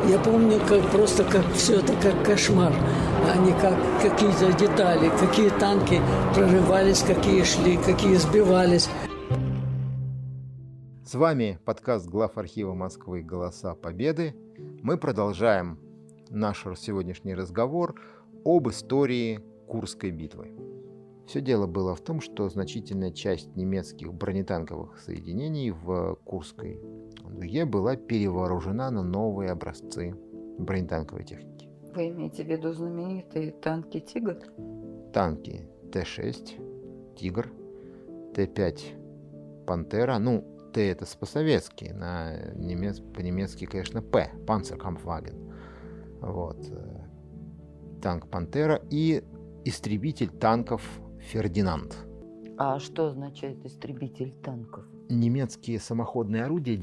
Я помню, как все это как кошмар, а не как какие-то детали, какие танки прорывались, какие шли, какие сбивались. С вами подкаст главархива Москвы «Голоса Победы». Мы продолжаем наш сегодняшний разговор об истории Курской битвы. Все дело было в том, что значительная часть немецких бронетанковых соединений в Курской дуге была перевооружена на новые образцы бронетанковой техники. Вы имеете в виду знаменитые танки «Тигр»? Танки Т-6, «Тигр», Т-5, «Пантера». Т это по-советски, по-немецки, конечно, П, Panzerkampfwagen. Танк «Пантера» и истребитель танков «Фердинанд». А что означает истребитель танков? Немецкие самоходные орудия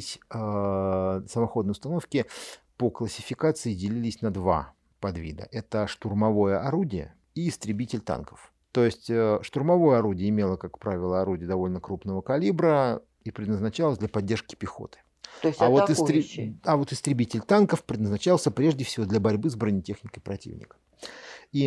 самоходные установки по классификации делились на два подвида. Это штурмовое орудие и истребитель танков. То есть штурмовое орудие имело, как правило, орудие довольно крупного калибра и предназначалось для поддержки пихоты. То есть вот истребитель танков предназначался прежде всего для борьбы с бронетехникой противника. И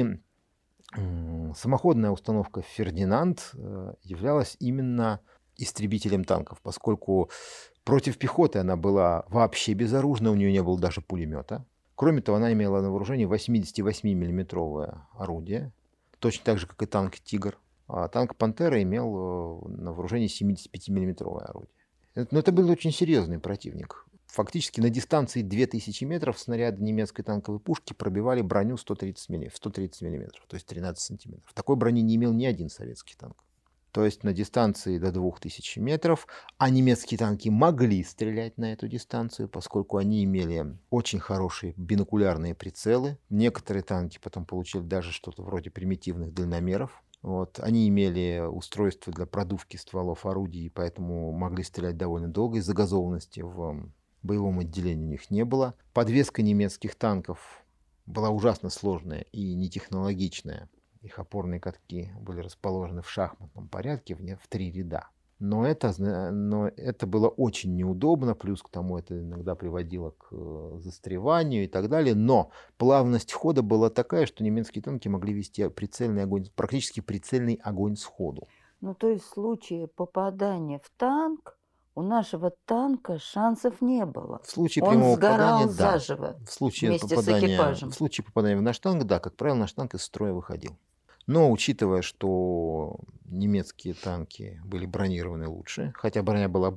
самоходная установка «Фердинанд» являлась именно истребителем танков, поскольку против пехоты она была вообще безоружна, у нее не было даже пулемета. Кроме того, она имела на вооружении 88-миллиметровое орудие, точно так же, как и танк «Тигр». А танк «Пантера» имел на вооружении 75-миллиметровое орудие. Но это был очень серьезный противник. Фактически на дистанции 2000 метров снаряды немецкой танковой пушки пробивали броню в 130 миллиметров, то есть 13 сантиметров. Такой брони не имел ни один советский танк. То есть на дистанции до 2000 метров, а немецкие танки могли стрелять на эту дистанцию, поскольку они имели очень хорошие бинокулярные прицелы. Некоторые танки потом получили даже что-то вроде примитивных дальномеров. Они имели устройство для продувки стволов орудий, поэтому могли стрелять довольно долго. Из-за газованности в боевом отделении у них не было. Подвеска немецких танков была ужасно сложная и нетехнологичная. Их опорные катки были расположены в шахматном порядке в 3 ряда. Но это было очень неудобно, плюс к тому это иногда приводило к застреванию и так далее. Но плавность хода была такая, что немецкие танки могли вести прицельный огонь, практически прицельный огонь сходу. То есть в случае попадания в танк у нашего танка шансов не было. В случае Он прямого сгорал попадания, заживо вместе с экипажем. В случае попадания в наш танк, как правило, наш танк из строя выходил. Но учитывая, что немецкие танки были бронированы лучше, хотя броня была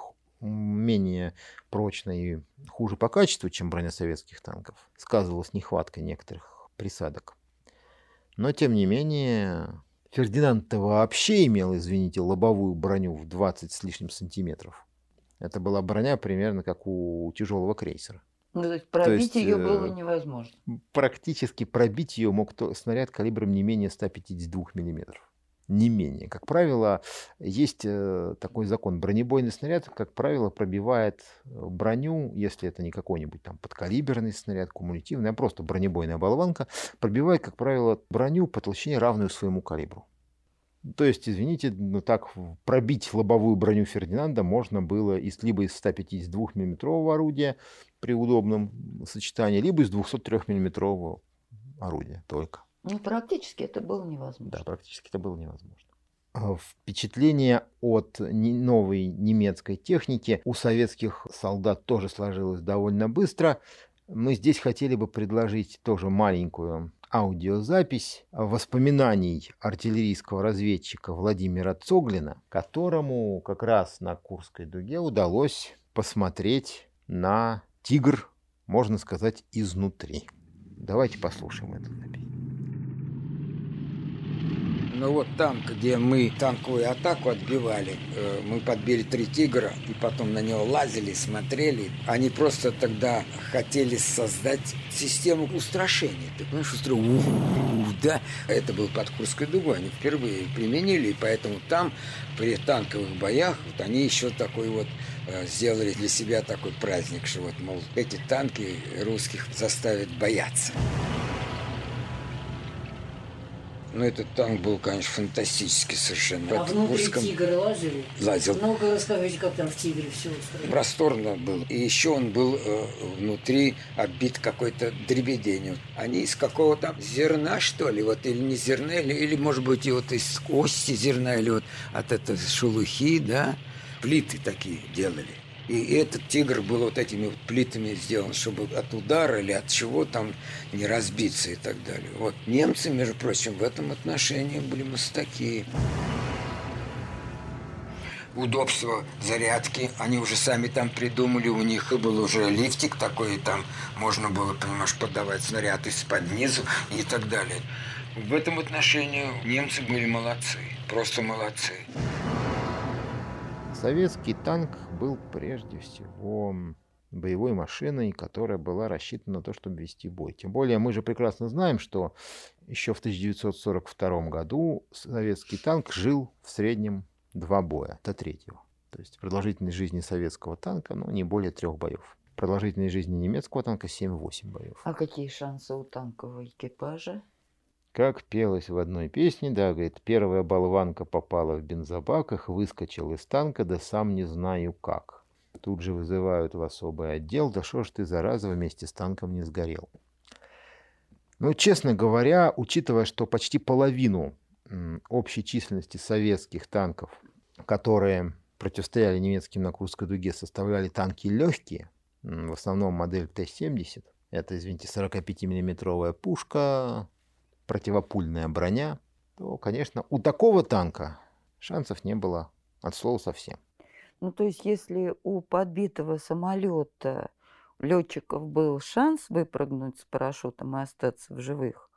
менее прочной и хуже по качеству, чем броня советских танков, сказывалась нехватка некоторых присадок. Но, тем не менее, Фердинанд-то вообще имел, лобовую броню в 20 с лишним сантиметров. Это была броня примерно как у тяжелого крейсера. То есть пробить ее было невозможно. Практически пробить ее мог снаряд калибром не менее 152 миллиметров. Не менее. Как правило, есть такой закон. Бронебойный снаряд, как правило, пробивает броню, если это не какой-нибудь там подкалиберный снаряд, кумулятивный, а просто бронебойная болванка, пробивает, как правило, броню по толщине, равную своему калибру. То есть, извините, пробить лобовую броню Фердинанда можно было либо из 152-миллиметрового орудия при удобном сочетании, либо из 203-миллиметрового орудия только. Практически это было невозможно. Да, практически это было невозможно. Впечатление от новой немецкой техники у советских солдат тоже сложилось довольно быстро. Мы здесь хотели бы предложить тоже маленькую аудиозапись воспоминаний артиллерийского разведчика Владимира Цоглина, которому как раз на Курской дуге удалось посмотреть на «Тигр», можно сказать, изнутри. Давайте послушаем эту запись. Там, где мы танковую атаку отбивали, мы подбили 3 «Тигра» и потом на него лазили, смотрели. Они просто тогда хотели создать систему устрашения. Ты понимаешь, да? Это было под Курской дугой, они впервые применили, и поэтому там при танковых боях они еще такой сделали для себя такой праздник, что мол, эти танки русских заставят бояться. Ну, этот танк был, конечно, фантастический совершенно. А В внутри Курском «Тигр» лазили? лазил. Ну-ка расскажите, как там в «Тигре» все устроено. Просторно был. И еще он был внутри оббит какой-то дребеденью. Они из какого-то зерна, что ли, вот, или не зерна, или может быть, и вот из кости зерна, или вот от этой шелухи, да, плиты такие делали. И этот «Тигр» был вот этими вот плитами сделан, чтобы от удара или от чего там не разбиться и так далее. Вот немцы, между прочим, в этом отношении были мастаки. Удобство зарядки, они уже сами там придумали, у них был уже лифтик такой, там можно было, понимаешь, подавать снаряд из-под низу и так далее. В этом отношении немцы были молодцы, просто молодцы. Советский танк был прежде всего боевой машиной, которая была рассчитана на то, чтобы вести бой. Тем более мы же прекрасно знаем, что еще в 1942 году советский танк жил в среднем 2 боя до 3-го. То есть продолжительность жизни советского танка не более 3 боев. Продолжительность жизни немецкого танка 7-8 боев. А какие шансы у танкового экипажа? Как пелось в одной песне, да, говорит, первая болванка попала в бензобак, их выскочил из танка, да сам не знаю как. Тут же вызывают в особый отдел, да шо ж ты, зараза, вместе с танком не сгорел. Ну, честно говоря, учитывая, что почти половину общей численности советских танков, которые противостояли немецким на Курской дуге, составляли танки легкие, в основном модель Т-70, это, извините, 45-миллиметровая пушка, противопульная броня, то, конечно, у такого танка шансов не было от слова совсем. Ну, то есть, если у подбитого самолета летчиков был шанс выпрыгнуть с парашютом и остаться в живых,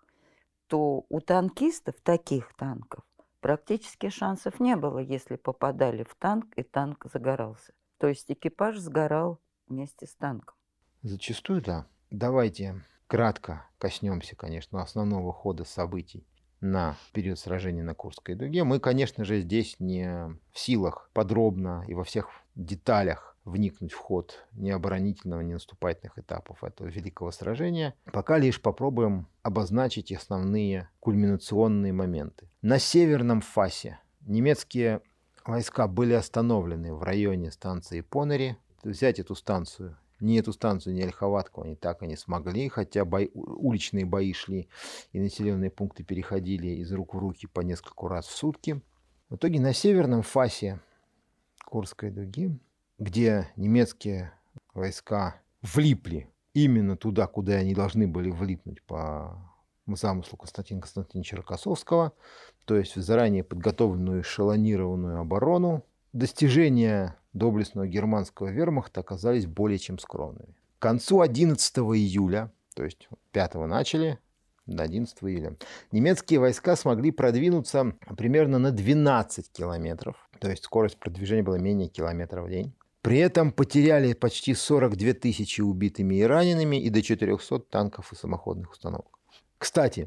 то у танкистов, таких танков, практически шансов не было, если попадали в танк, и танк загорался. То есть экипаж сгорал вместе с танком. Зачастую, да. Давайте кратко коснемся, конечно, основного хода событий на период сражений на Курской дуге. Мы, конечно же, здесь не в силах подробно и во всех деталях вникнуть в ход ни оборонительного, ни наступательных этапов этого великого сражения. Пока лишь попробуем обозначить основные кульминационные моменты. На северном фасе немецкие войска были остановлены в районе станции Понери. Взять эту станцию, ни Ольховатку они так и не смогли, хотя уличные бои шли, и населенные пункты переходили из рук в руки по нескольку раз в сутки. В итоге на северном фасе Курской дуги, где немецкие войска влипли именно туда, куда они должны были влипнуть по замыслу Константина Константиновича Рокоссовского, то есть в заранее подготовленную эшелонированную оборону, достижения доблестного германского вермахта оказались более чем скромными. К концу 11 июля, то есть 5-го начали, до 11 июля, немецкие войска смогли продвинуться примерно на 12 километров, то есть скорость продвижения была менее километра в день. При этом потеряли почти 42 тысячи убитыми и ранеными и до 400 танков и самоходных установок. Кстати,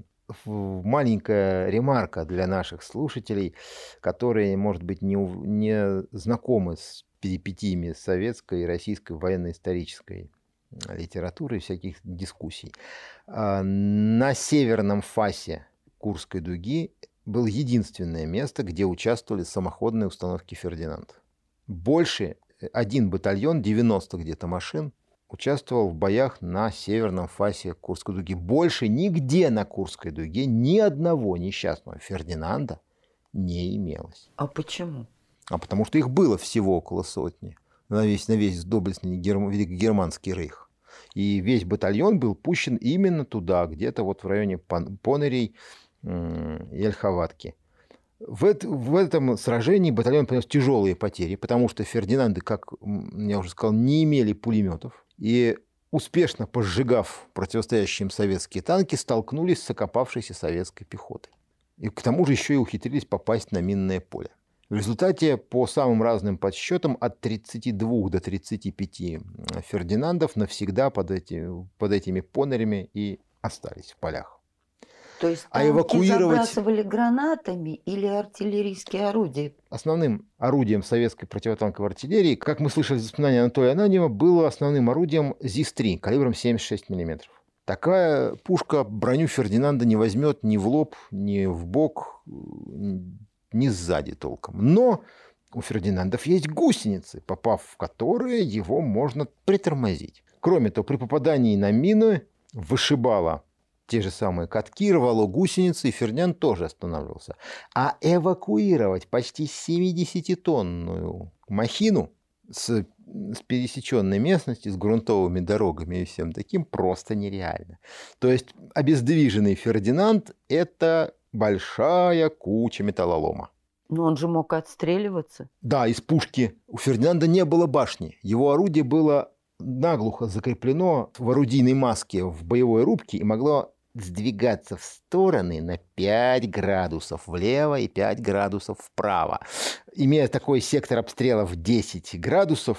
маленькая ремарка для наших слушателей, которые, может быть, не знакомы с перипетиями советской и российской военно-исторической литературы и всяких дискуссий. На северном фасе Курской дуги было единственное место, где участвовали самоходные установки «Фердинанд». Больше один батальон, 90 где-то машин, участвовал в боях на северном фасе Курской дуги. Больше нигде на Курской дуге ни одного несчастного Фердинанда не имелось. А почему? А потому что их было всего около сотни на весь доблестный Великогерманский рейх. И весь батальон был пущен именно туда, где-то вот в районе Понерей и Ольховатки. В этом сражении батальон понес тяжелые потери, потому что Фердинанды, как я уже сказал, не имели пулеметов. И успешно пожигав противостоящие им советские танки, столкнулись с окопавшейся советской пехотой. И к тому же еще и ухитрились попасть на минное поле. В результате, по самым разным подсчетам, от 32 до 35 Фердинандов навсегда под этими Понерями и остались в полях. То есть танки забрасывали гранатами или артиллерийские орудия? Основным орудием советской противотанковой артиллерии, как мы слышали из воспоминаний Анатолия Ананьева, было основным орудием ЗИС-3 калибром 76 мм. Такая пушка броню Фердинанда не возьмет ни в лоб, ни в бок, ни сзади толком. Но у Фердинандов есть гусеницы, попав в которые его можно притормозить. Кроме того, при попадании на мину вышибало те же самые катки, рвало гусеницы, и Фердинанд тоже останавливался. А эвакуировать почти 70-тонную махину с пересеченной местности, с грунтовыми дорогами и всем таким просто нереально. То есть обездвиженный Фердинанд – это большая куча металлолома. Но он же мог отстреливаться. Да, из пушки. У Фердинанда не было башни. Его орудие было наглухо закреплено в орудийной маске в боевой рубке и могло сдвигаться в стороны на 5 градусов влево и 5 градусов вправо. Имея такой сектор обстрела в 10 градусов,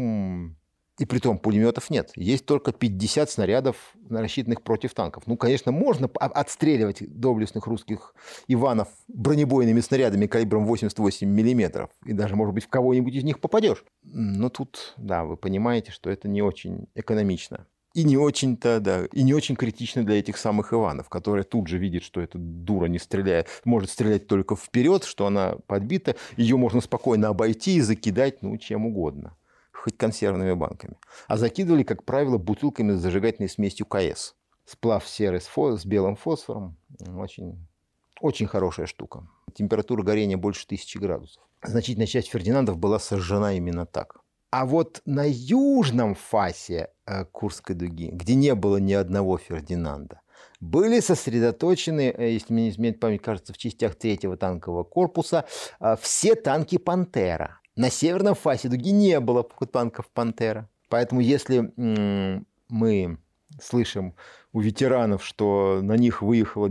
и притом пулеметов нет. Есть только 50 снарядов, рассчитанных против танков. Конечно, можно отстреливать доблестных русских Иванов бронебойными снарядами калибром 88 миллиметров. И даже, может быть, в кого-нибудь из них попадешь. Но тут, да, вы понимаете, что это не очень экономично. И не очень-то, да, и не очень критично для этих самых Иванов, которые тут же видят, что эта дура не стреляет, может стрелять только вперед, что она подбита, ее можно спокойно обойти и закидать, чем угодно, хоть консервными банками. А закидывали, как правило, бутылками с зажигательной смесью КС. Сплав серый с белым фосфором. Очень, очень хорошая штука. Температура горения больше 1000 градусов. Значительная часть Фердинандов была сожжена именно так. А вот на южном фасе Курской дуги, где не было ни одного Фердинанда, были сосредоточены, если мне не изменяет память, кажется, в частях 3-го танкового корпуса, все танки «Пантера». На северном фасе дуги не было танков «Пантера». Поэтому если мы слышим у ветеранов, что на них выехал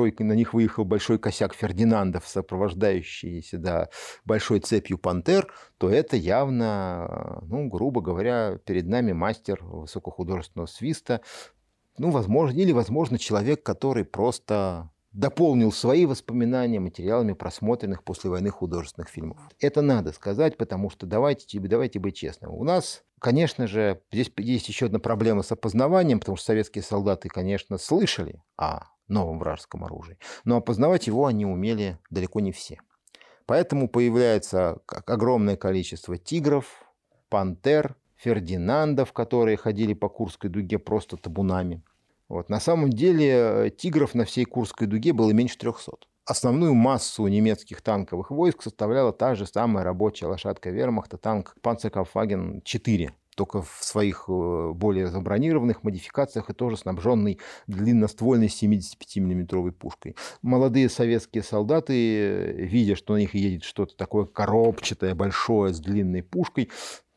большой косяк Фердинандов, сопровождающийся большой цепью «Пантер», то это явно, грубо говоря, перед нами мастер высокохудожественного свиста, возможно, человек, который просто дополнил свои воспоминания материалами просмотренных после войны художественных фильмов. Это надо сказать, потому что давайте быть честными. У нас, конечно же, здесь есть еще одна проблема с опознаванием, потому что советские солдаты, конечно, слышали о новом вражеском оружии, но опознавать его они умели далеко не все. Поэтому появляется огромное количество «Тигров», «Пантер», «Фердинандов», которые ходили по Курской дуге просто табунами. На самом деле «Тигров» на всей Курской дуге было меньше 300. Основную массу немецких танковых войск составляла та же самая рабочая лошадка вермахта, танк Panzerkampfwagen-4, только в своих более забронированных модификациях и тоже снабженный длинноствольной 75-мм пушкой. Молодые советские солдаты, видя, что на них едет что-то такое коробчатое, большое, с длинной пушкой,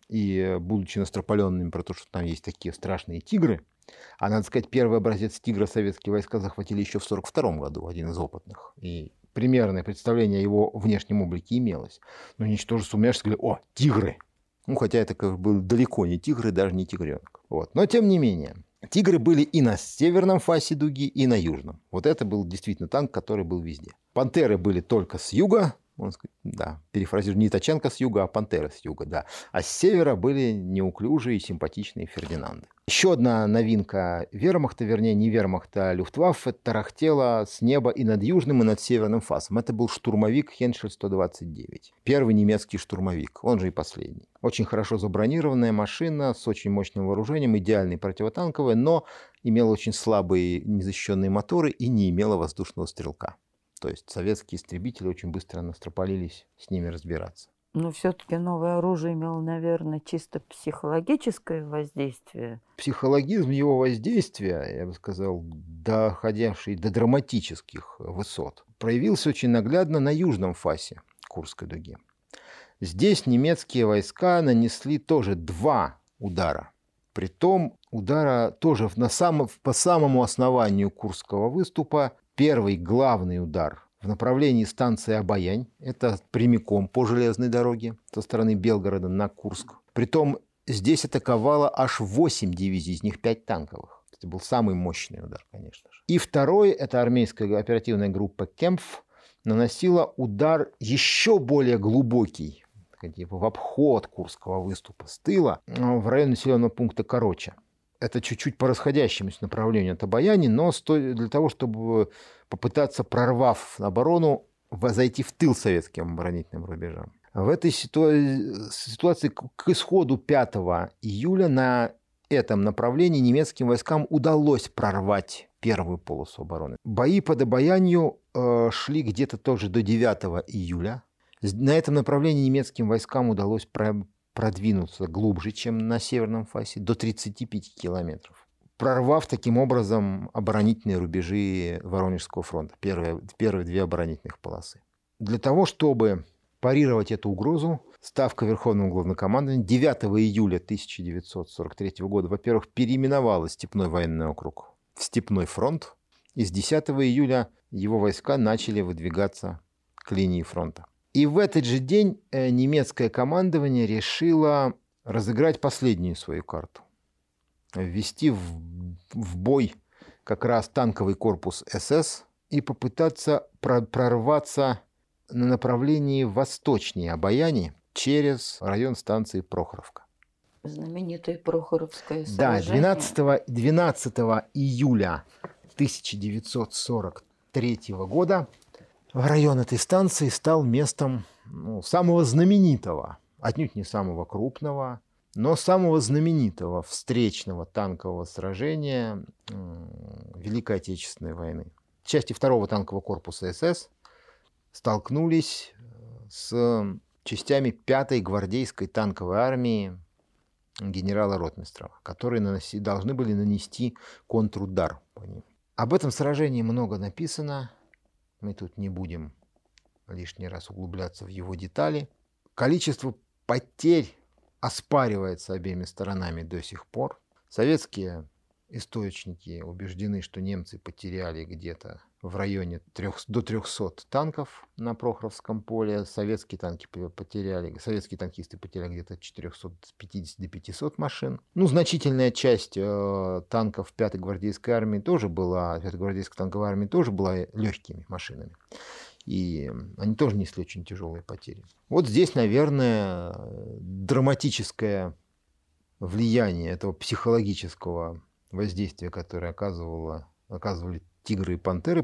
и будучи настропаленными про то, что там есть такие страшные «Тигры», а, надо сказать, первый образец «Тигра» советские войска захватили еще в 1942 году, один из опытных. И примерное представление о его внешнем облике имелось. Но ничтоже сумняшись, сказали: «О, «Тигры!» Хотя это был далеко не «Тигры», даже не «Тигренок». Но, тем не менее, «Тигры» были и на северном фасе дуги, и на южном. Это был действительно танк, который был везде. «Пантеры» были только с юга. Перефразирую, не «Тачанка» с юга, а «Пантера» с юга, да. А с севера были неуклюжие и симпатичные Фердинанды. Еще одна новинка вермахта, вернее, не вермахта, а Люфтваффе, тарахтела с неба и над южным, и над северным фасом. Это был штурмовик Хеншель-129. Первый немецкий штурмовик, он же и последний. Очень хорошо забронированная машина с очень мощным вооружением, идеальный противотанковый, но имела очень слабые незащищенные моторы и не имела воздушного стрелка. То есть советские истребители очень быстро настропалились с ними разбираться. Но все-таки новое оружие имело, наверное, чисто психологическое воздействие. Психологизм его воздействия, я бы сказал, доходящий до драматических высот, проявился очень наглядно на южном фасе Курской дуги. Здесь немецкие войска нанесли тоже 2 удара. Притом удара тоже по самому основанию Курского выступа. Первый главный удар в направлении станции Обаянь, это прямиком по железной дороге со стороны Белгорода на Курск. Притом здесь атаковало аж 8 дивизий, из них 5 танковых. Это был самый мощный удар, конечно же. И второй, это армейская оперативная группа «Кемпф», наносила удар еще более глубокий, в обход Курского выступа с тыла, в районе населенного пункта Короча. Это чуть-чуть по расходящемуся направлению от Обаяни, но для того, чтобы попытаться, прорвав оборону, зайти в тыл советским оборонительным рубежам. В этой ситуации к исходу 5 июля на этом направлении немецким войскам удалось прорвать первую полосу обороны. Бои под Обаянью шли где-то тоже до 9 июля. На этом направлении немецким войскам удалось продвинуться глубже, чем на северном фасе, до 35 километров, прорвав таким образом оборонительные рубежи Воронежского фронта, первые 2 оборонительных полосы. Для того, чтобы парировать эту угрозу, Ставка Верховного Главнокомандования 9 июля 1943 года, во-первых, переименовала Степной военный округ в Степной фронт, и с 10 июля его войска начали выдвигаться к линии фронта. И в этот же день немецкое командование решило разыграть последнюю свою карту. Ввести в бой как раз танковый корпус СС и попытаться прорваться на направлении восточнее Обаяни через район станции Прохоровка. Знаменитое Прохоровское Да, сражение. 12 июля 1943 года район этой станции стал местом самого знаменитого, отнюдь не самого крупного, но самого знаменитого встречного танкового сражения Великой Отечественной войны. Части 2-го танкового корпуса СС столкнулись с частями 5-й гвардейской танковой армии генерала Ротмистрова, которые должны были нанести контрудар по ним. Об этом сражении много написано. Мы тут не будем лишний раз углубляться в его детали. Количество потерь оспаривается обеими сторонами до сих пор. Советские источники убеждены, что немцы потеряли где-то в районе до 300 танков на Прохоровском поле. Советские танкисты потеряли где-то от 450 до 500 машин. Значительная часть танков 5-й гвардейской армии тоже была, 5-й гвардейской танковой армии тоже была легкими машинами. И они тоже несли очень тяжелые потери. Вот здесь, наверное, драматическое влияние этого психологического воздействия, которое оказывали тигры и пантеры,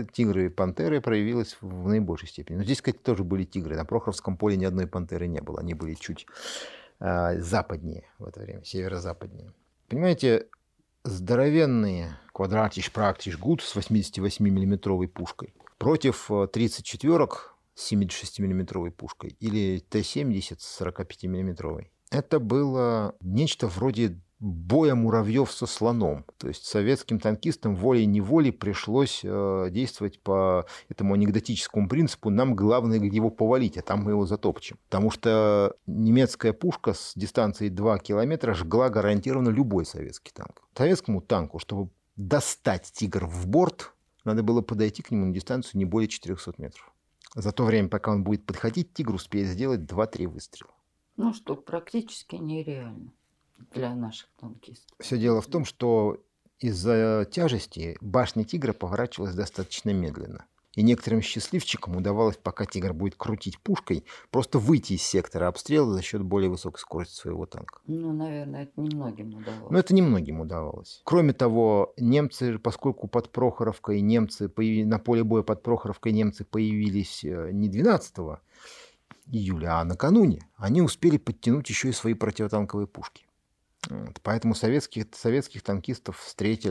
проявилось в наибольшей степени. Но здесь, кстати, тоже были тигры. На Прохоровском поле ни одной пантеры не было. Они были чуть западнее в это время, северо-западнее. Понимаете, здоровенные квадратиш-практиш гуд с 88-миллиметровой пушкой против 34-ок с 76-миллиметровой пушкой или Т-70 с 45-миллиметровой. Это было нечто вроде боя муравьев со слоном. То есть советским танкистам волей-неволей пришлось действовать по этому анекдотическому принципу: нам главное его повалить, а там мы его затопчем. Потому что немецкая пушка с дистанции 2 километра жгла гарантированно любой советский танк. Советскому танку, чтобы достать «Тигр» в борт, надо было подойти к нему на дистанцию не более 400 метров. За то время, пока он будет подходить, «Тигр» успеет сделать 2-3 выстрела. Что практически нереально для наших танкистов. Все дело в том, что из-за тяжести башня «Тигра» поворачивалась достаточно медленно. И некоторым счастливчикам удавалось, пока «Тигр» будет крутить пушкой, просто выйти из сектора обстрела за счет более высокой скорости своего танка. Наверное, это немногим удавалось. Но это немногим удавалось. Кроме того, немцы, поскольку под Прохоровкой на поле боя под Прохоровкой немцы появились не 12 июля, а накануне, они успели подтянуть еще и свои противотанковые пушки. Поэтому советских танкистов встреча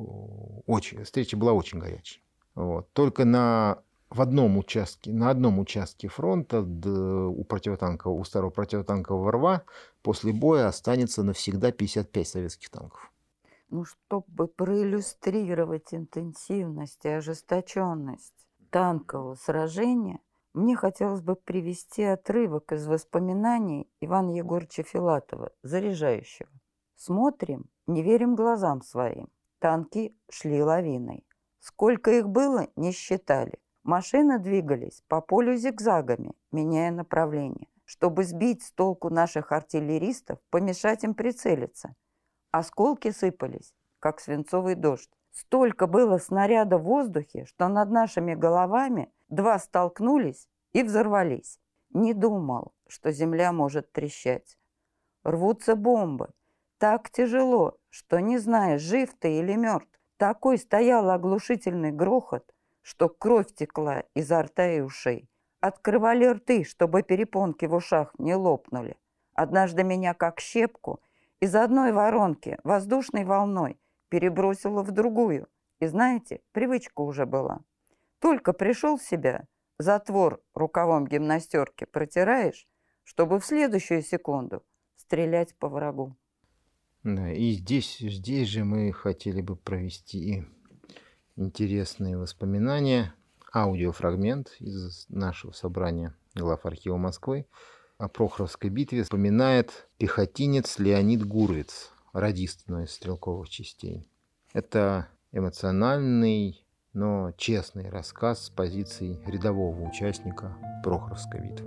была очень горячей. Только на одном участке фронта у старого противотанкового рва после боя останется навсегда 55 советских танков. Чтобы проиллюстрировать интенсивность и ожесточенность танкового сражения, мне хотелось бы привести отрывок из воспоминаний Ивана Егоровича Филатова, заряжающего. Смотрим, не верим глазам своим. Танки шли лавиной. Сколько их было, не считали. Машины двигались по полю зигзагами, меняя направление, чтобы сбить с толку наших артиллеристов, помешать им прицелиться. Осколки сыпались, как свинцовый дождь. Столько было снаряда в воздухе, что над нашими головами 2 столкнулись и взорвались. Не думал, что земля может трещать. Рвутся бомбы. Так тяжело, что не знаешь, жив ты или мертв. Такой стоял оглушительный грохот, что кровь текла изо рта и ушей. Открывали рты, чтобы перепонки в ушах не лопнули. Однажды меня, как щепку, из одной воронки воздушной волной перебросило в другую. И знаете, привычка уже была. Только пришел в себя, затвор рукавом гимнастерки протираешь, чтобы в следующую секунду стрелять по врагу. Да, и здесь же мы хотели бы провести интересные воспоминания. Аудиофрагмент из нашего собрания глав архива Москвы о Прохоровской битве вспоминает пехотинец Леонид Гурвиц, радист одной из стрелковых частей. Это эмоциональный, но честный рассказ с позиции рядового участника Прохоровской битвы.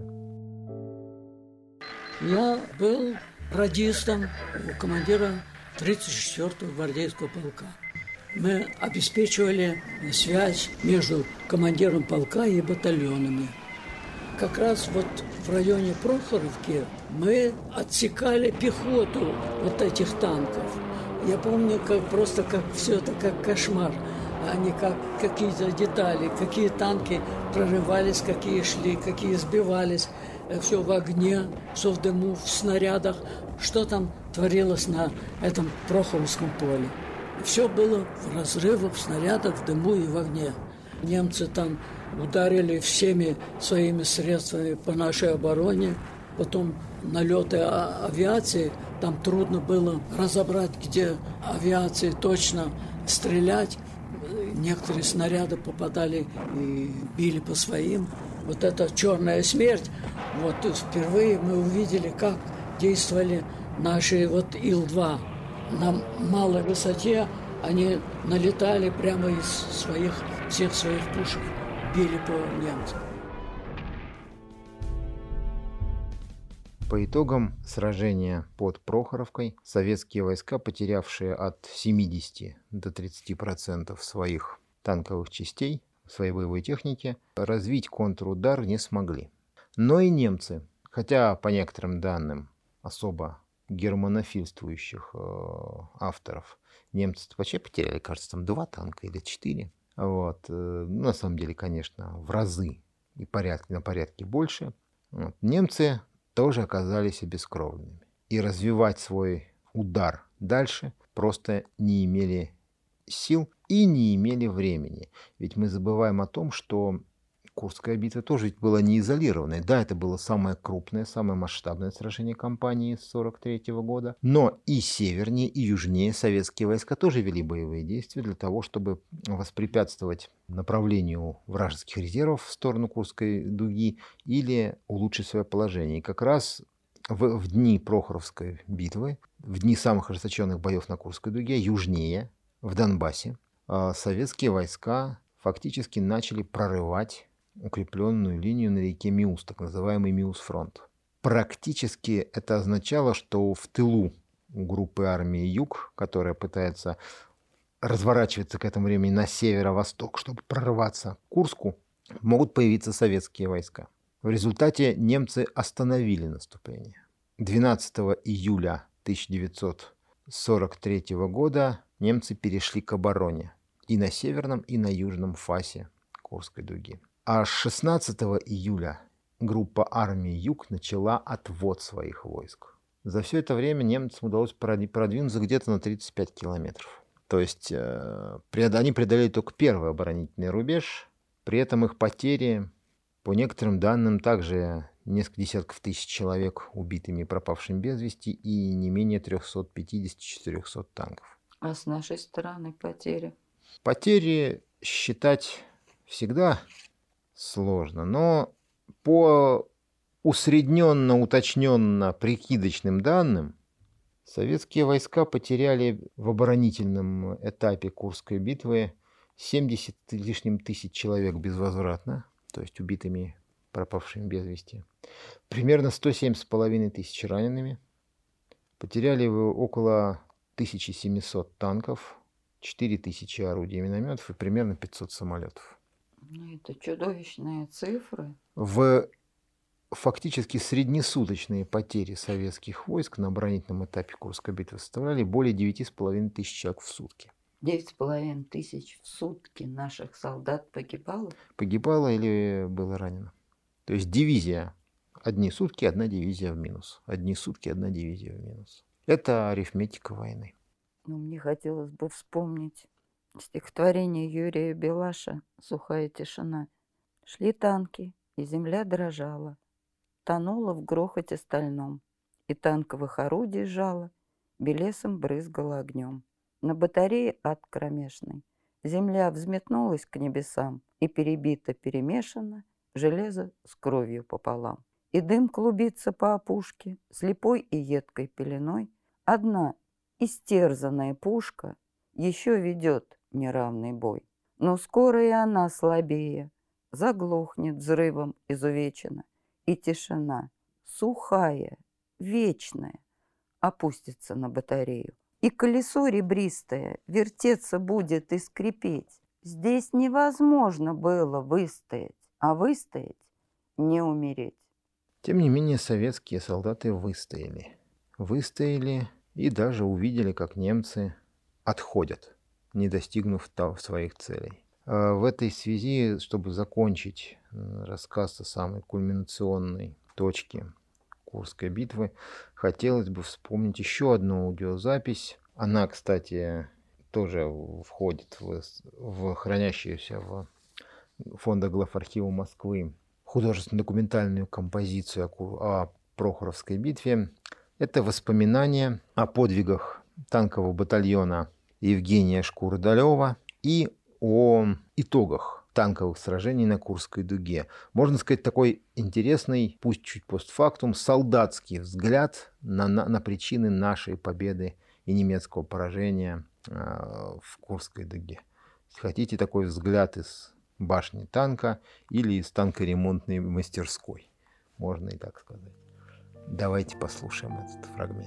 Я был радистом у командира 34-го гвардейского полка. Мы обеспечивали связь между командиром полка и батальонами. Как раз вот в районе Прохоровки мы отсекали пехоту вот этих танков. Я помню, как все это как кошмар. Они как какие-то детали, какие танки прорывались, какие шли, какие сбивались. Все в огне, все в дыму, в снарядах. Что там творилось на этом Прохоровском поле. Все было в разрывах, в снарядах, в дыму и в огне. Немцы там ударили всеми своими средствами по нашей обороне. Потом налеты авиации. Там трудно было разобрать, где авиации точно стрелять. Некоторые снаряды попадали и били по своим. Вот это черная смерть. Вот впервые мы увидели, как действовали наши вот Ил-2. На малой высоте они налетали прямо из всех своих пушек, били по немцам. По итогам сражения под Прохоровкой советские войска, потерявшие от 70 до 30% своих танковых частей, своей боевой техники, развить контрудар не смогли. Но и немцы, хотя по некоторым данным особо германофильствующих авторов, немцы вообще потеряли, кажется, там 2 танка или 4. Вот. На самом деле, конечно, в разы и на порядке больше. Вот. Немцы тоже оказались обескровленными. И развивать свой удар дальше просто не имели сил и не имели времени. Ведь мы забываем о том, что Курская битва тоже ведь была не изолированной. Да, это было самое крупное, самое масштабное сражение кампании с 1943 года. Но и севернее, и южнее советские войска тоже вели боевые действия для того, чтобы воспрепятствовать направлению вражеских резервов в сторону Курской дуги или улучшить свое положение. И как раз в дни Прохоровской битвы, в дни самых ожесточенных боев на Курской дуге, южнее, в Донбассе, советские войска фактически начали прорывать укрепленную линию на реке Миус, так называемый Миус-фронт. Практически это означало, что в тылу у группы армии Юг, которая пытается разворачиваться к этому времени на северо-восток, чтобы прорваться к Курску, могут появиться советские войска. В результате немцы остановили наступление. 12 июля 1943 года немцы перешли к обороне и на северном, и на южном фасе Курской дуги. А 16 июля группа армии Юг начала отвод своих войск. За все это время немцам удалось продвинуться где-то на 35 километров. То есть они преодолели только первый оборонительный рубеж, при этом их потери, по некоторым данным, также несколько десятков тысяч человек убитыми и пропавшими без вести и не менее 350-400 танков. А с нашей стороны потери? Потери считать всегда сложно, но по усредненно, уточненно прикидочным данным советские войска потеряли в оборонительном этапе Курской битвы 70 лишним тысяч человек безвозвратно, то есть убитыми, пропавшими без вести. Примерно 107,5 тысяч ранеными. Потеряли около 1700 танков, 4000 орудий и минометов и примерно 500 самолетов. Это чудовищные цифры. В фактически среднесуточные потери советских войск на оборонительном этапе Курской битвы составляли более 9,5 тысяч человек в сутки. 9,5 тысяч в сутки наших солдат погибало? Погибало или было ранено. То есть дивизия. Одни сутки, одна дивизия в минус. Одни сутки, одна дивизия в минус. Это арифметика войны. Ну, мне хотелось бы вспомнить стихотворение Юрия Белаша «Сухая тишина». Шли танки, и земля дрожала, тонула в грохоте стальном, и танковых орудий жало белесом брызгало огнем. На батарее ад кромешный. Земля взметнулась к небесам, и перебито, перемешано железо с кровью пополам. И дым клубится по опушке, слепой и едкой пеленой. Одна истерзанная пушка еще ведет неравный бой. Но скоро и она слабее, заглохнет взрывом изувечена, и тишина, сухая, вечная, опустится на батарею. И колесо ребристое вертеться будет и скрипеть. Здесь невозможно было выстоять, а выстоять не умереть. Тем не менее, советские солдаты выстояли. Выстояли и даже увидели, как немцы отходят, не достигнув своих целей. В этой связи, чтобы закончить рассказ о самой кульминационной точке Курской битвы, хотелось бы вспомнить еще одну аудиозапись. Она, кстати, тоже входит в хранящуюся в Фонда-Главархива Москвы художественно-документальную композицию о Прохоровской битве. Это воспоминания о подвигах танкового батальона Евгения Шкурдалева и о итогах танковых сражений на Курской дуге. Можно сказать, такой интересный, пусть чуть постфактум, солдатский взгляд на причины нашей победы и немецкого поражения в Курской дуге. Если хотите, такой взгляд из башни танка или из танкоремонтной мастерской. Можно и так сказать. Давайте послушаем этот фрагмент.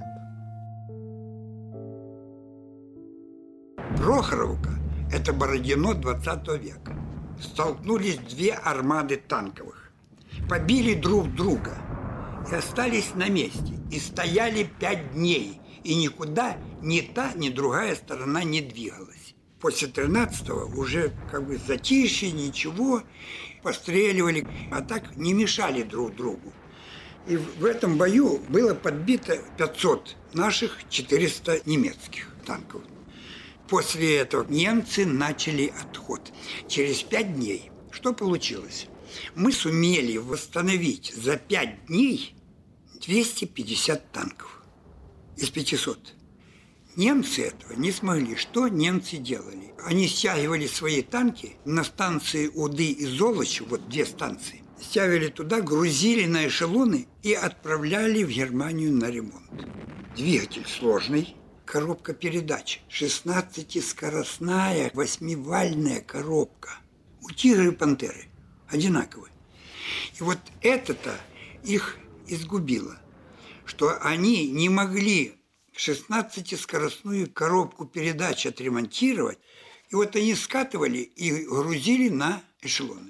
Прохоровка – это Бородино 20 века. Столкнулись две армады танковых, побили друг друга и остались на месте. И стояли 5 дней, и никуда ни та, ни другая сторона не двигалась. После 13-го уже как бы затишье, ничего, постреливали, а так не мешали друг другу. И в этом бою было подбито 500 наших, 400 немецких танков. После этого немцы начали отход. Через 5 дней что получилось? Мы сумели восстановить за 5 дней 250 танков из 500. Немцы этого не смогли. Что немцы делали? Они стягивали свои танки на станции Уды и Золочь, вот 2 станции, стягивали туда, грузили на эшелоны и отправляли в Германию на ремонт. Двигатель сложный, коробка передач, 16-скоростная 8-вальная коробка. У «Тигра» и «Пантеры» одинаковые. И вот это-то их изгубило, что они не могли 16-скоростную коробку передач отремонтировать, и вот они скатывали и грузили на эшелоны.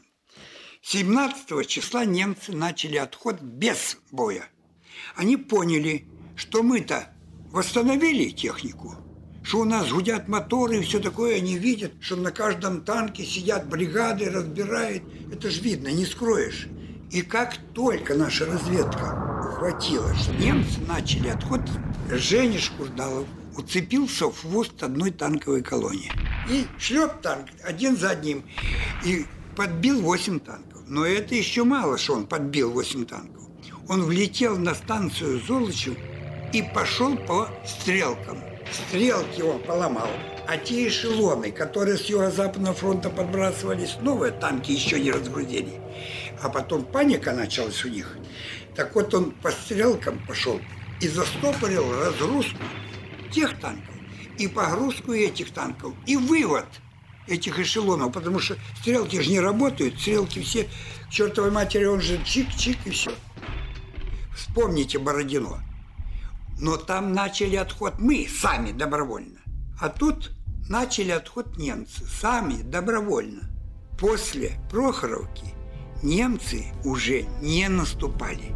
17 числа немцы начали отход без боя. Они поняли, что мы-то восстановили технику, что у нас гудят моторы и все такое. Они видят, что на каждом танке сидят бригады, разбирают. Это ж видно, не скроешь. И как только наша разведка ухватила, что немцы начали отход, Женя Шкурдалов уцепился в хвост одной танковой колонии. И шлеп танк один за одним. И подбил 8 танков. Но это еще мало, что он подбил 8 танков. Он влетел на станцию Золочев и пошел по стрелкам. Стрелки он поломал. А те эшелоны, которые с Юго-Западного фронта подбрасывались, новые танки еще не разгрузили. А потом паника началась у них. Так вот он по стрелкам пошел и застопорил разгрузку тех танков, и погрузку этих танков, и вывод этих эшелонов, потому что стрелки же не работают, стрелки все к чертовой матери, он же чик-чик и все. Вспомните Бородино. Но там начали отход мы, сами, добровольно. А тут начали отход немцы, сами, добровольно. После Прохоровки немцы уже не наступали.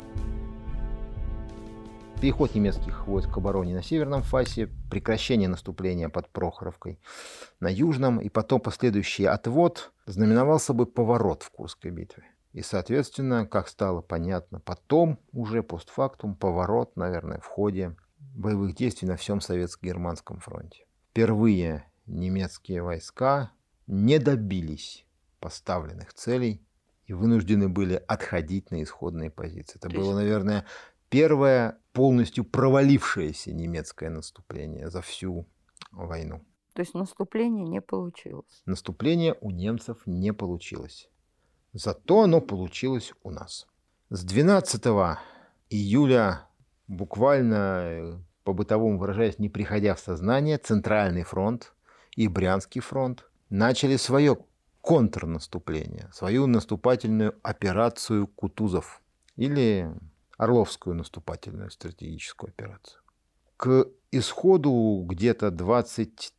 Переход немецких войск к обороне на северном фасе, прекращение наступления под Прохоровкой на южном и потом последующий отвод знаменовал собой поворот в Курской битве. И, соответственно, как стало понятно потом, уже постфактум, поворот, наверное, в ходе боевых действий на всем Советско-Германском фронте. Впервые немецкие войска не добились поставленных целей и вынуждены были отходить на исходные позиции. Это было, наверное, первое полностью провалившееся немецкое наступление за всю войну. То есть наступление не получилось. Наступление у немцев не получилось. Зато оно получилось у нас. С 12 июля, буквально по-бытовому выражаясь, не приходя в сознание, Центральный фронт и Брянский фронт начали свое контрнаступление, свою наступательную операцию Кутузов или Орловскую наступательную стратегическую операцию. К исходу где-то 23-24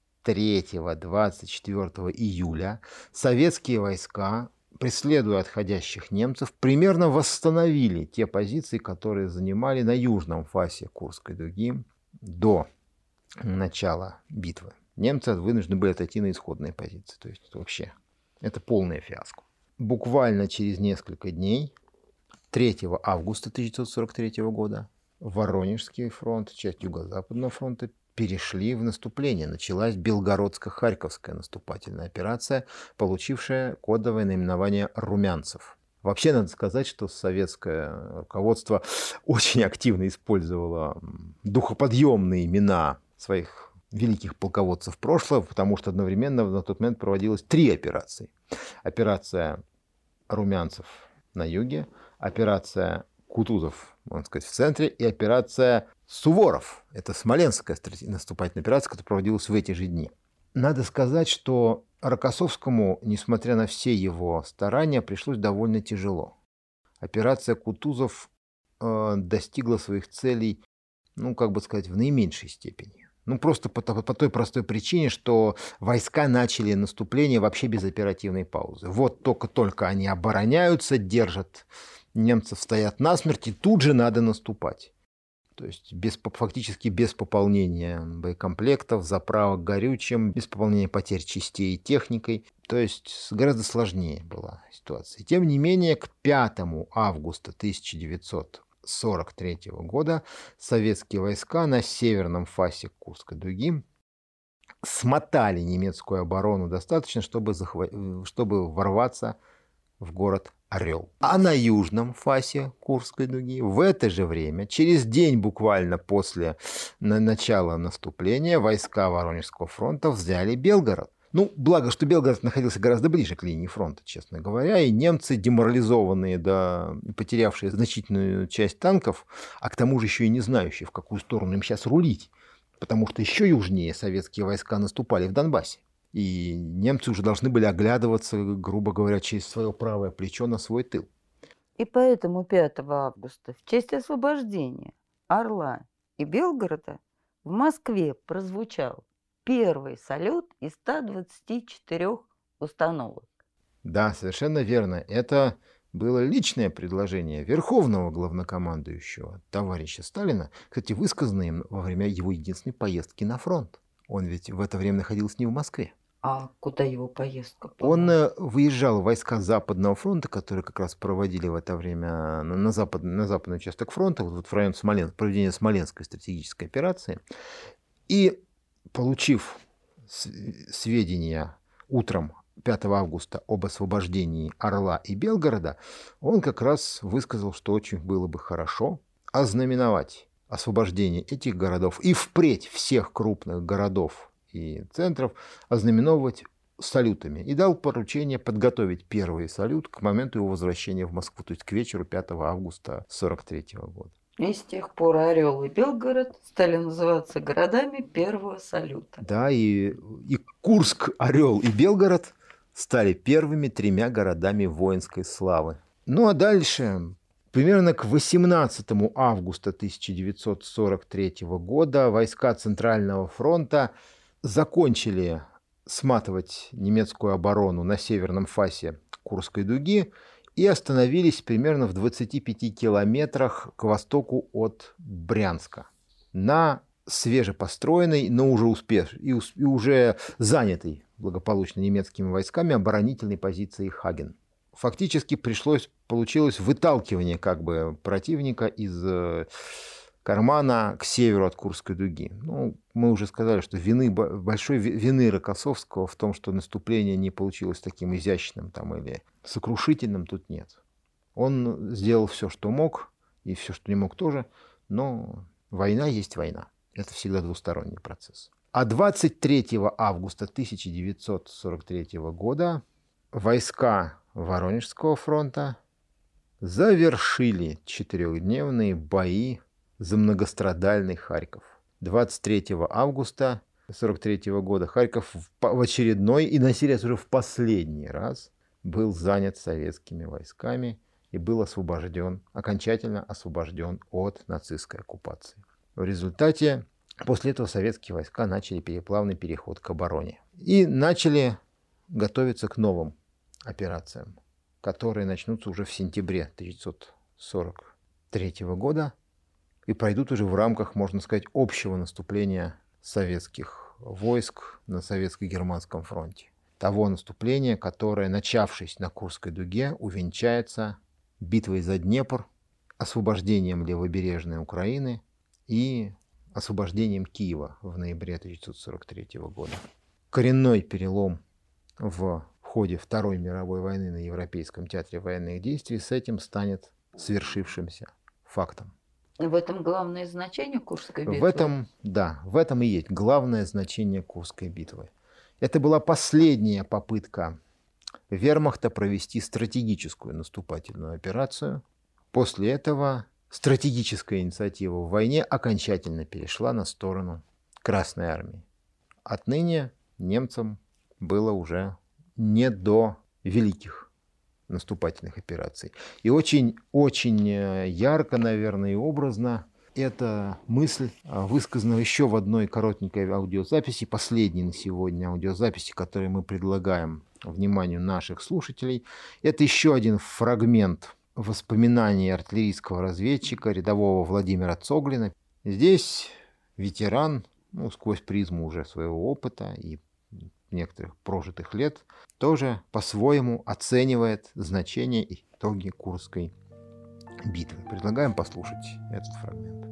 июля советские войска, преследуя отходящих немцев, примерно восстановили те позиции, которые занимали на южном фасе Курской дуги до начала битвы. Немцы вынуждены были отойти на исходные позиции. То есть вообще это полное фиаско. Буквально через несколько дней, 3 августа 1943 года, Воронежский фронт, часть Юго-Западного фронта перешли в наступление. Началась Белгородско-Харьковская наступательная операция, получившая кодовое наименование «Румянцев». Вообще, надо сказать, что советское руководство очень активно использовало духоподъемные имена своих великих полководцев прошлого, потому что одновременно на тот момент проводилось 3 операции. Операция Румянцев на юге, операция Кутузов, можно сказать, в центре, и операция Суворов. Это Смоленская наступательная операция, которая проводилась в эти же дни. Надо сказать, что Рокоссовскому, несмотря на все его старания, пришлось довольно тяжело. Операция Кутузов достигла своих целей, как бы сказать, в наименьшей степени. Просто по той простой причине, что войска начали наступление вообще без оперативной паузы. Вот только они обороняются, держат немцев, стоят насмерть, и тут же надо наступать. То есть фактически без пополнения боекомплектов, заправок горючим, без пополнения потерь частей и техникой. То есть гораздо сложнее была ситуация. Тем не менее, к 5 августа 1943 года советские войска на северном фасе Курской дуги смотали немецкую оборону достаточно, чтобы ворваться в город Орел. А на южном фасе Курской дуги в это же время, через день буквально после начала наступления, войска Воронежского фронта взяли Белгород. Благо, что Белгород находился гораздо ближе к линии фронта, честно говоря, и немцы, деморализованные, потерявшие значительную часть танков, а к тому же еще и не знающие, в какую сторону им сейчас рулить, потому что еще южнее советские войска наступали в Донбассе. И немцы уже должны были оглядываться, грубо говоря, через свое правое плечо на свой тыл. И поэтому 5 августа в честь освобождения Орла и Белгорода в Москве прозвучал первый салют из 124 установок. Да, совершенно верно. Это было личное предложение верховного главнокомандующего товарища Сталина, кстати, высказанное им во время его единственной поездки на фронт. Он ведь в это время находился не в Москве. А куда его поездка? Он выезжал в войска Западного фронта, которые как раз проводили в это время на западный участок фронта, вот в район проведения Смоленской стратегической операции. И, получив сведения утром 5 августа об освобождении Орла и Белгорода, он как раз высказал, что очень было бы хорошо ознаменовать освобождение этих городов и впредь всех крупных городов и центров ознаменовывать салютами. И дал поручение подготовить первый салют к моменту его возвращения в Москву, то есть к вечеру 5 августа 1943 года. И с тех пор Орел и Белгород стали называться городами первого салюта. Да, и Курск, Орел и Белгород стали первыми 3 городами воинской славы. А дальше, примерно к 18 августа 1943 года, войска Центрального фронта закончили сматывать немецкую оборону на северном фасе Курской дуги и остановились примерно в 25 километрах к востоку от Брянска на свежепостроенной, но уже занятой благополучно немецкими войсками оборонительной позиции Хаген. Фактически получилось выталкивание как бы противника из кармана к северу от Курской дуги. Ну, мы уже сказали, что большой вины Рокоссовского в том, что наступление не получилось таким изящным там, или сокрушительным, тут нет. Он сделал все, что мог, и все, что не мог тоже, но война есть война. Это всегда двусторонний процесс. А 23 августа 1943 года войска Воронежского фронта завершили 4-дневные бои за многострадальный Харьков. 23 августа 1943 года Харьков в очередной и на сей раз уже в последний раз был занят советскими войсками и был окончательно освобожден от нацистской оккупации. В результате после этого советские войска начали переплавный переход к обороне и начали готовиться к новым операциям, которые начнутся уже в сентябре 1943 года и пройдут уже в рамках, можно сказать, общего наступления советских войск на советско-германском фронте. Того наступления, которое, начавшись на Курской дуге, увенчается битвой за Днепр, освобождением левобережной Украины и освобождением Киева в ноябре 1943 года. Коренной перелом в ходе Второй мировой войны на Европейском театре военных действий с этим станет свершившимся фактом. В этом главное значение Курской битвы? В этом и есть главное значение Курской битвы. Это была последняя попытка вермахта провести стратегическую наступательную операцию. После этого стратегическая инициатива в войне окончательно перешла на сторону Красной армии. Отныне немцам было уже не до великих наступательных операций. И очень ярко, наверное, и образно эта мысль высказана еще в одной коротенькой аудиозаписи, последней на сегодня аудиозаписи, которую мы предлагаем вниманию наших слушателей. Это еще один фрагмент воспоминаний артиллерийского разведчика, рядового Владимира Цоглина. Здесь ветеран, сквозь призму уже своего опыта и некоторых прожитых лет, тоже по-своему оценивает значение и итоги Курской битвы. Предлагаем послушать этот фрагмент.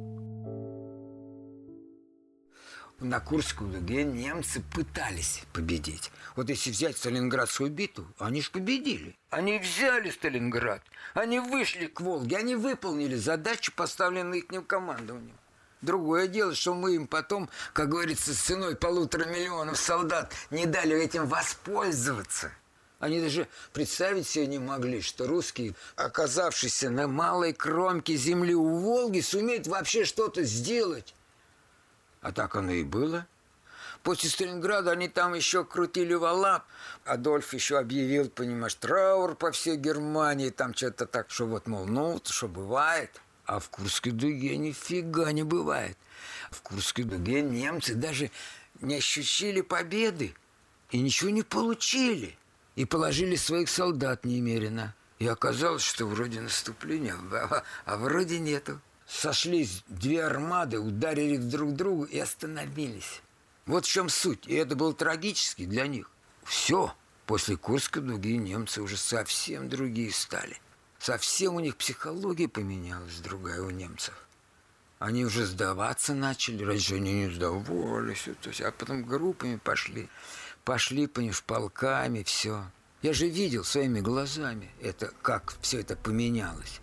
На Курской дуге немцы пытались победить. Вот если взять Сталинградскую битву, они же победили. Они взяли Сталинград, они вышли к Волге, они выполнили задачу, поставленную их командованием. Другое дело, что мы им потом, как говорится, с ценой 1,5 миллиона солдат не дали этим воспользоваться. Они даже представить себе не могли, что русские, оказавшиеся на малой кромке земли у Волги, сумеют вообще что-то сделать. А так оно и было. После Сталинграда они там еще крутили вала. Адольф еще объявил, понимаешь, траур по всей Германии. Там что-то так, что вот, мол, что бывает. А в Курской дуге нифига не бывает. В Курской дуге немцы даже не ощутили победы и ничего не получили. И положили своих солдат немерено. И оказалось, что вроде наступления, а вроде нету. Сошлись две армады, ударили друг другу и остановились. Вот в чем суть. И это было трагически для них. Все. После Курской дуги немцы уже совсем другие стали. Совсем у них психология поменялась, другая у немцев. Они уже сдаваться начали, раньше они не сдавались, а потом группами пошли. Пошли, понимаешь, полками, все. Я же видел своими глазами, как все это поменялось.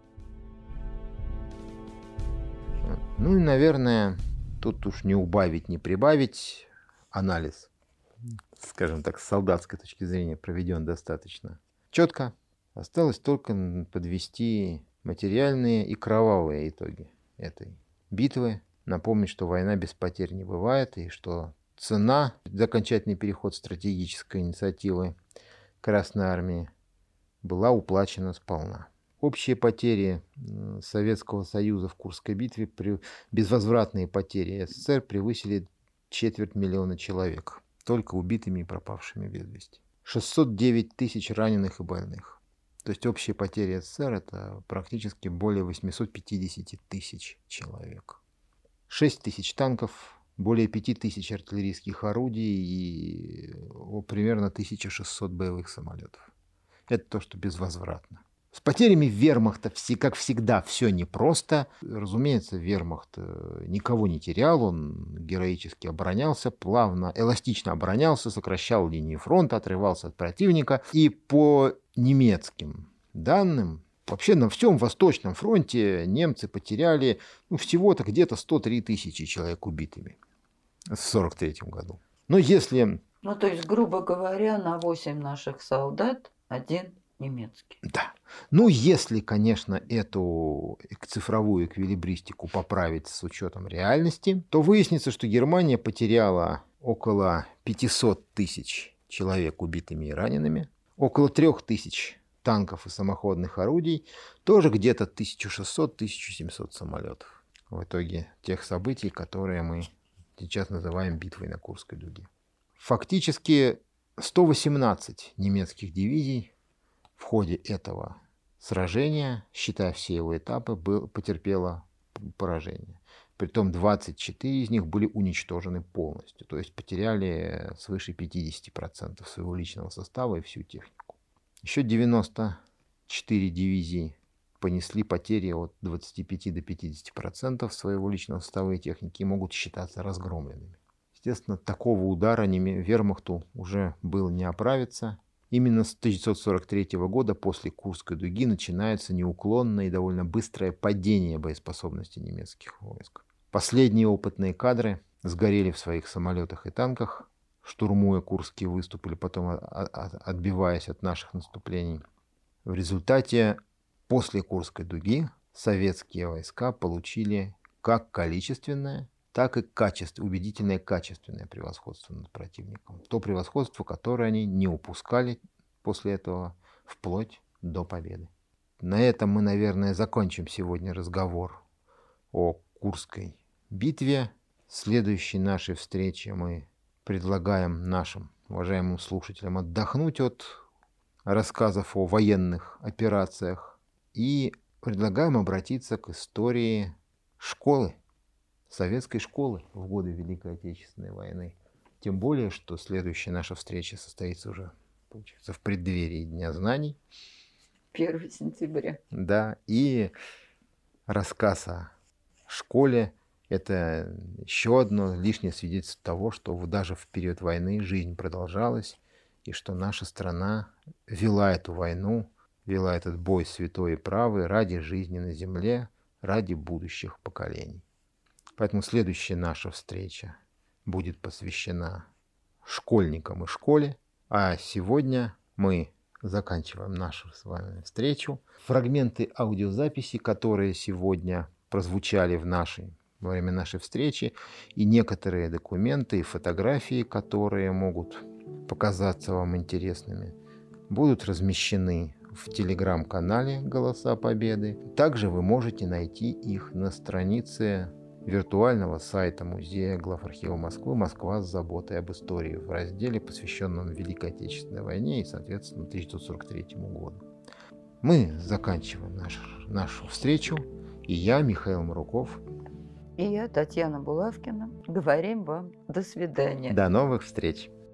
Ну и, наверное, тут уж не убавить, не прибавить. Анализ, скажем так, с солдатской точки зрения проведен достаточно четко. Осталось только подвести материальные и кровавые итоги этой битвы. Напомнить, что война без потерь не бывает, и что цена за окончательный переход стратегической инициативы Красной армии была уплачена сполна. Общие потери Советского Союза в Курской битве, безвозвратные потери СССР превысили 250 000 человек, только убитыми и пропавшими без вести. 609 тысяч раненых и больных. То есть общие потери СССР – это практически более 850 тысяч человек. 6 тысяч танков, более 5 тысяч артиллерийских орудий и примерно 1600 боевых самолетов. Это то, что безвозвратно. С потерями вермахта, как всегда, все непросто. Разумеется, вермахт никого не терял, он героически оборонялся, плавно, эластично оборонялся, сокращал линии фронта, отрывался от противника. И по немецким данным, вообще на всем Восточном фронте немцы потеряли всего-то где-то 103 тысячи человек убитыми в 1943 году. Но если... то есть, грубо говоря, на 8 наших солдат 1 немецкий. Да. Если, конечно, эту цифровую эквилибристику поправить с учетом реальности, то выяснится, что Германия потеряла около 500 тысяч человек убитыми и ранеными, около 3000 танков и самоходных орудий, тоже где-то 1600-1700 самолетов. В итоге тех событий, которые мы сейчас называем битвой на Курской дуге. Фактически 118 немецких дивизий в ходе этого сражения, считая все его этапы, потерпело поражение. Притом 24 из них были уничтожены полностью, то есть потеряли свыше 50% своего личного состава и всю технику. Еще 94 дивизии понесли потери от 25 до 50% своего личного состава и техники и могут считаться разгромленными. Естественно, такого удара вермахту уже было не оправиться. Именно с 1943 года после Курской дуги начинается неуклонное и довольно быстрое падение боеспособности немецких войск. Последние опытные кадры сгорели в своих самолетах и танках, штурмуя Курские выступы или потом отбиваясь от наших наступлений. В результате после Курской дуги советские войска получили как количественное, так и убедительное качественное превосходство над противником. То превосходство, которое они не упускали после этого вплоть до победы. На этом мы, наверное, закончим сегодня разговор о Курской битве. В следующей нашей встрече мы предлагаем нашим уважаемым слушателям отдохнуть от рассказов о военных операциях и предлагаем обратиться к истории школы, советской школы в годы Великой Отечественной войны. Тем более, что следующая наша встреча состоится уже, получается, в преддверии Дня знаний. 1 сентября. Да, и рассказ о школе – это еще одно лишнее свидетельство того, что даже в период войны жизнь продолжалась, и что наша страна вела эту войну, вела этот бой святой и правый ради жизни на земле, ради будущих поколений. Поэтому следующая наша встреча будет посвящена школьникам и школе. А сегодня мы заканчиваем нашу с вами встречу. Фрагменты аудиозаписи, которые сегодня прозвучали во время нашей встречи, и некоторые документы и фотографии, которые могут показаться вам интересными, будут размещены в телеграм-канале «Голоса Победы». Также вы можете найти их на странице виртуального сайта Музея главархива Москвы «Москва с заботой об истории» в разделе, посвященном Великой Отечественной войне и, соответственно, 1943 году. Мы заканчиваем нашу встречу, и я, Михаил Маруков, и я, Татьяна Булавкина, говорим вам до свидания. До новых встреч!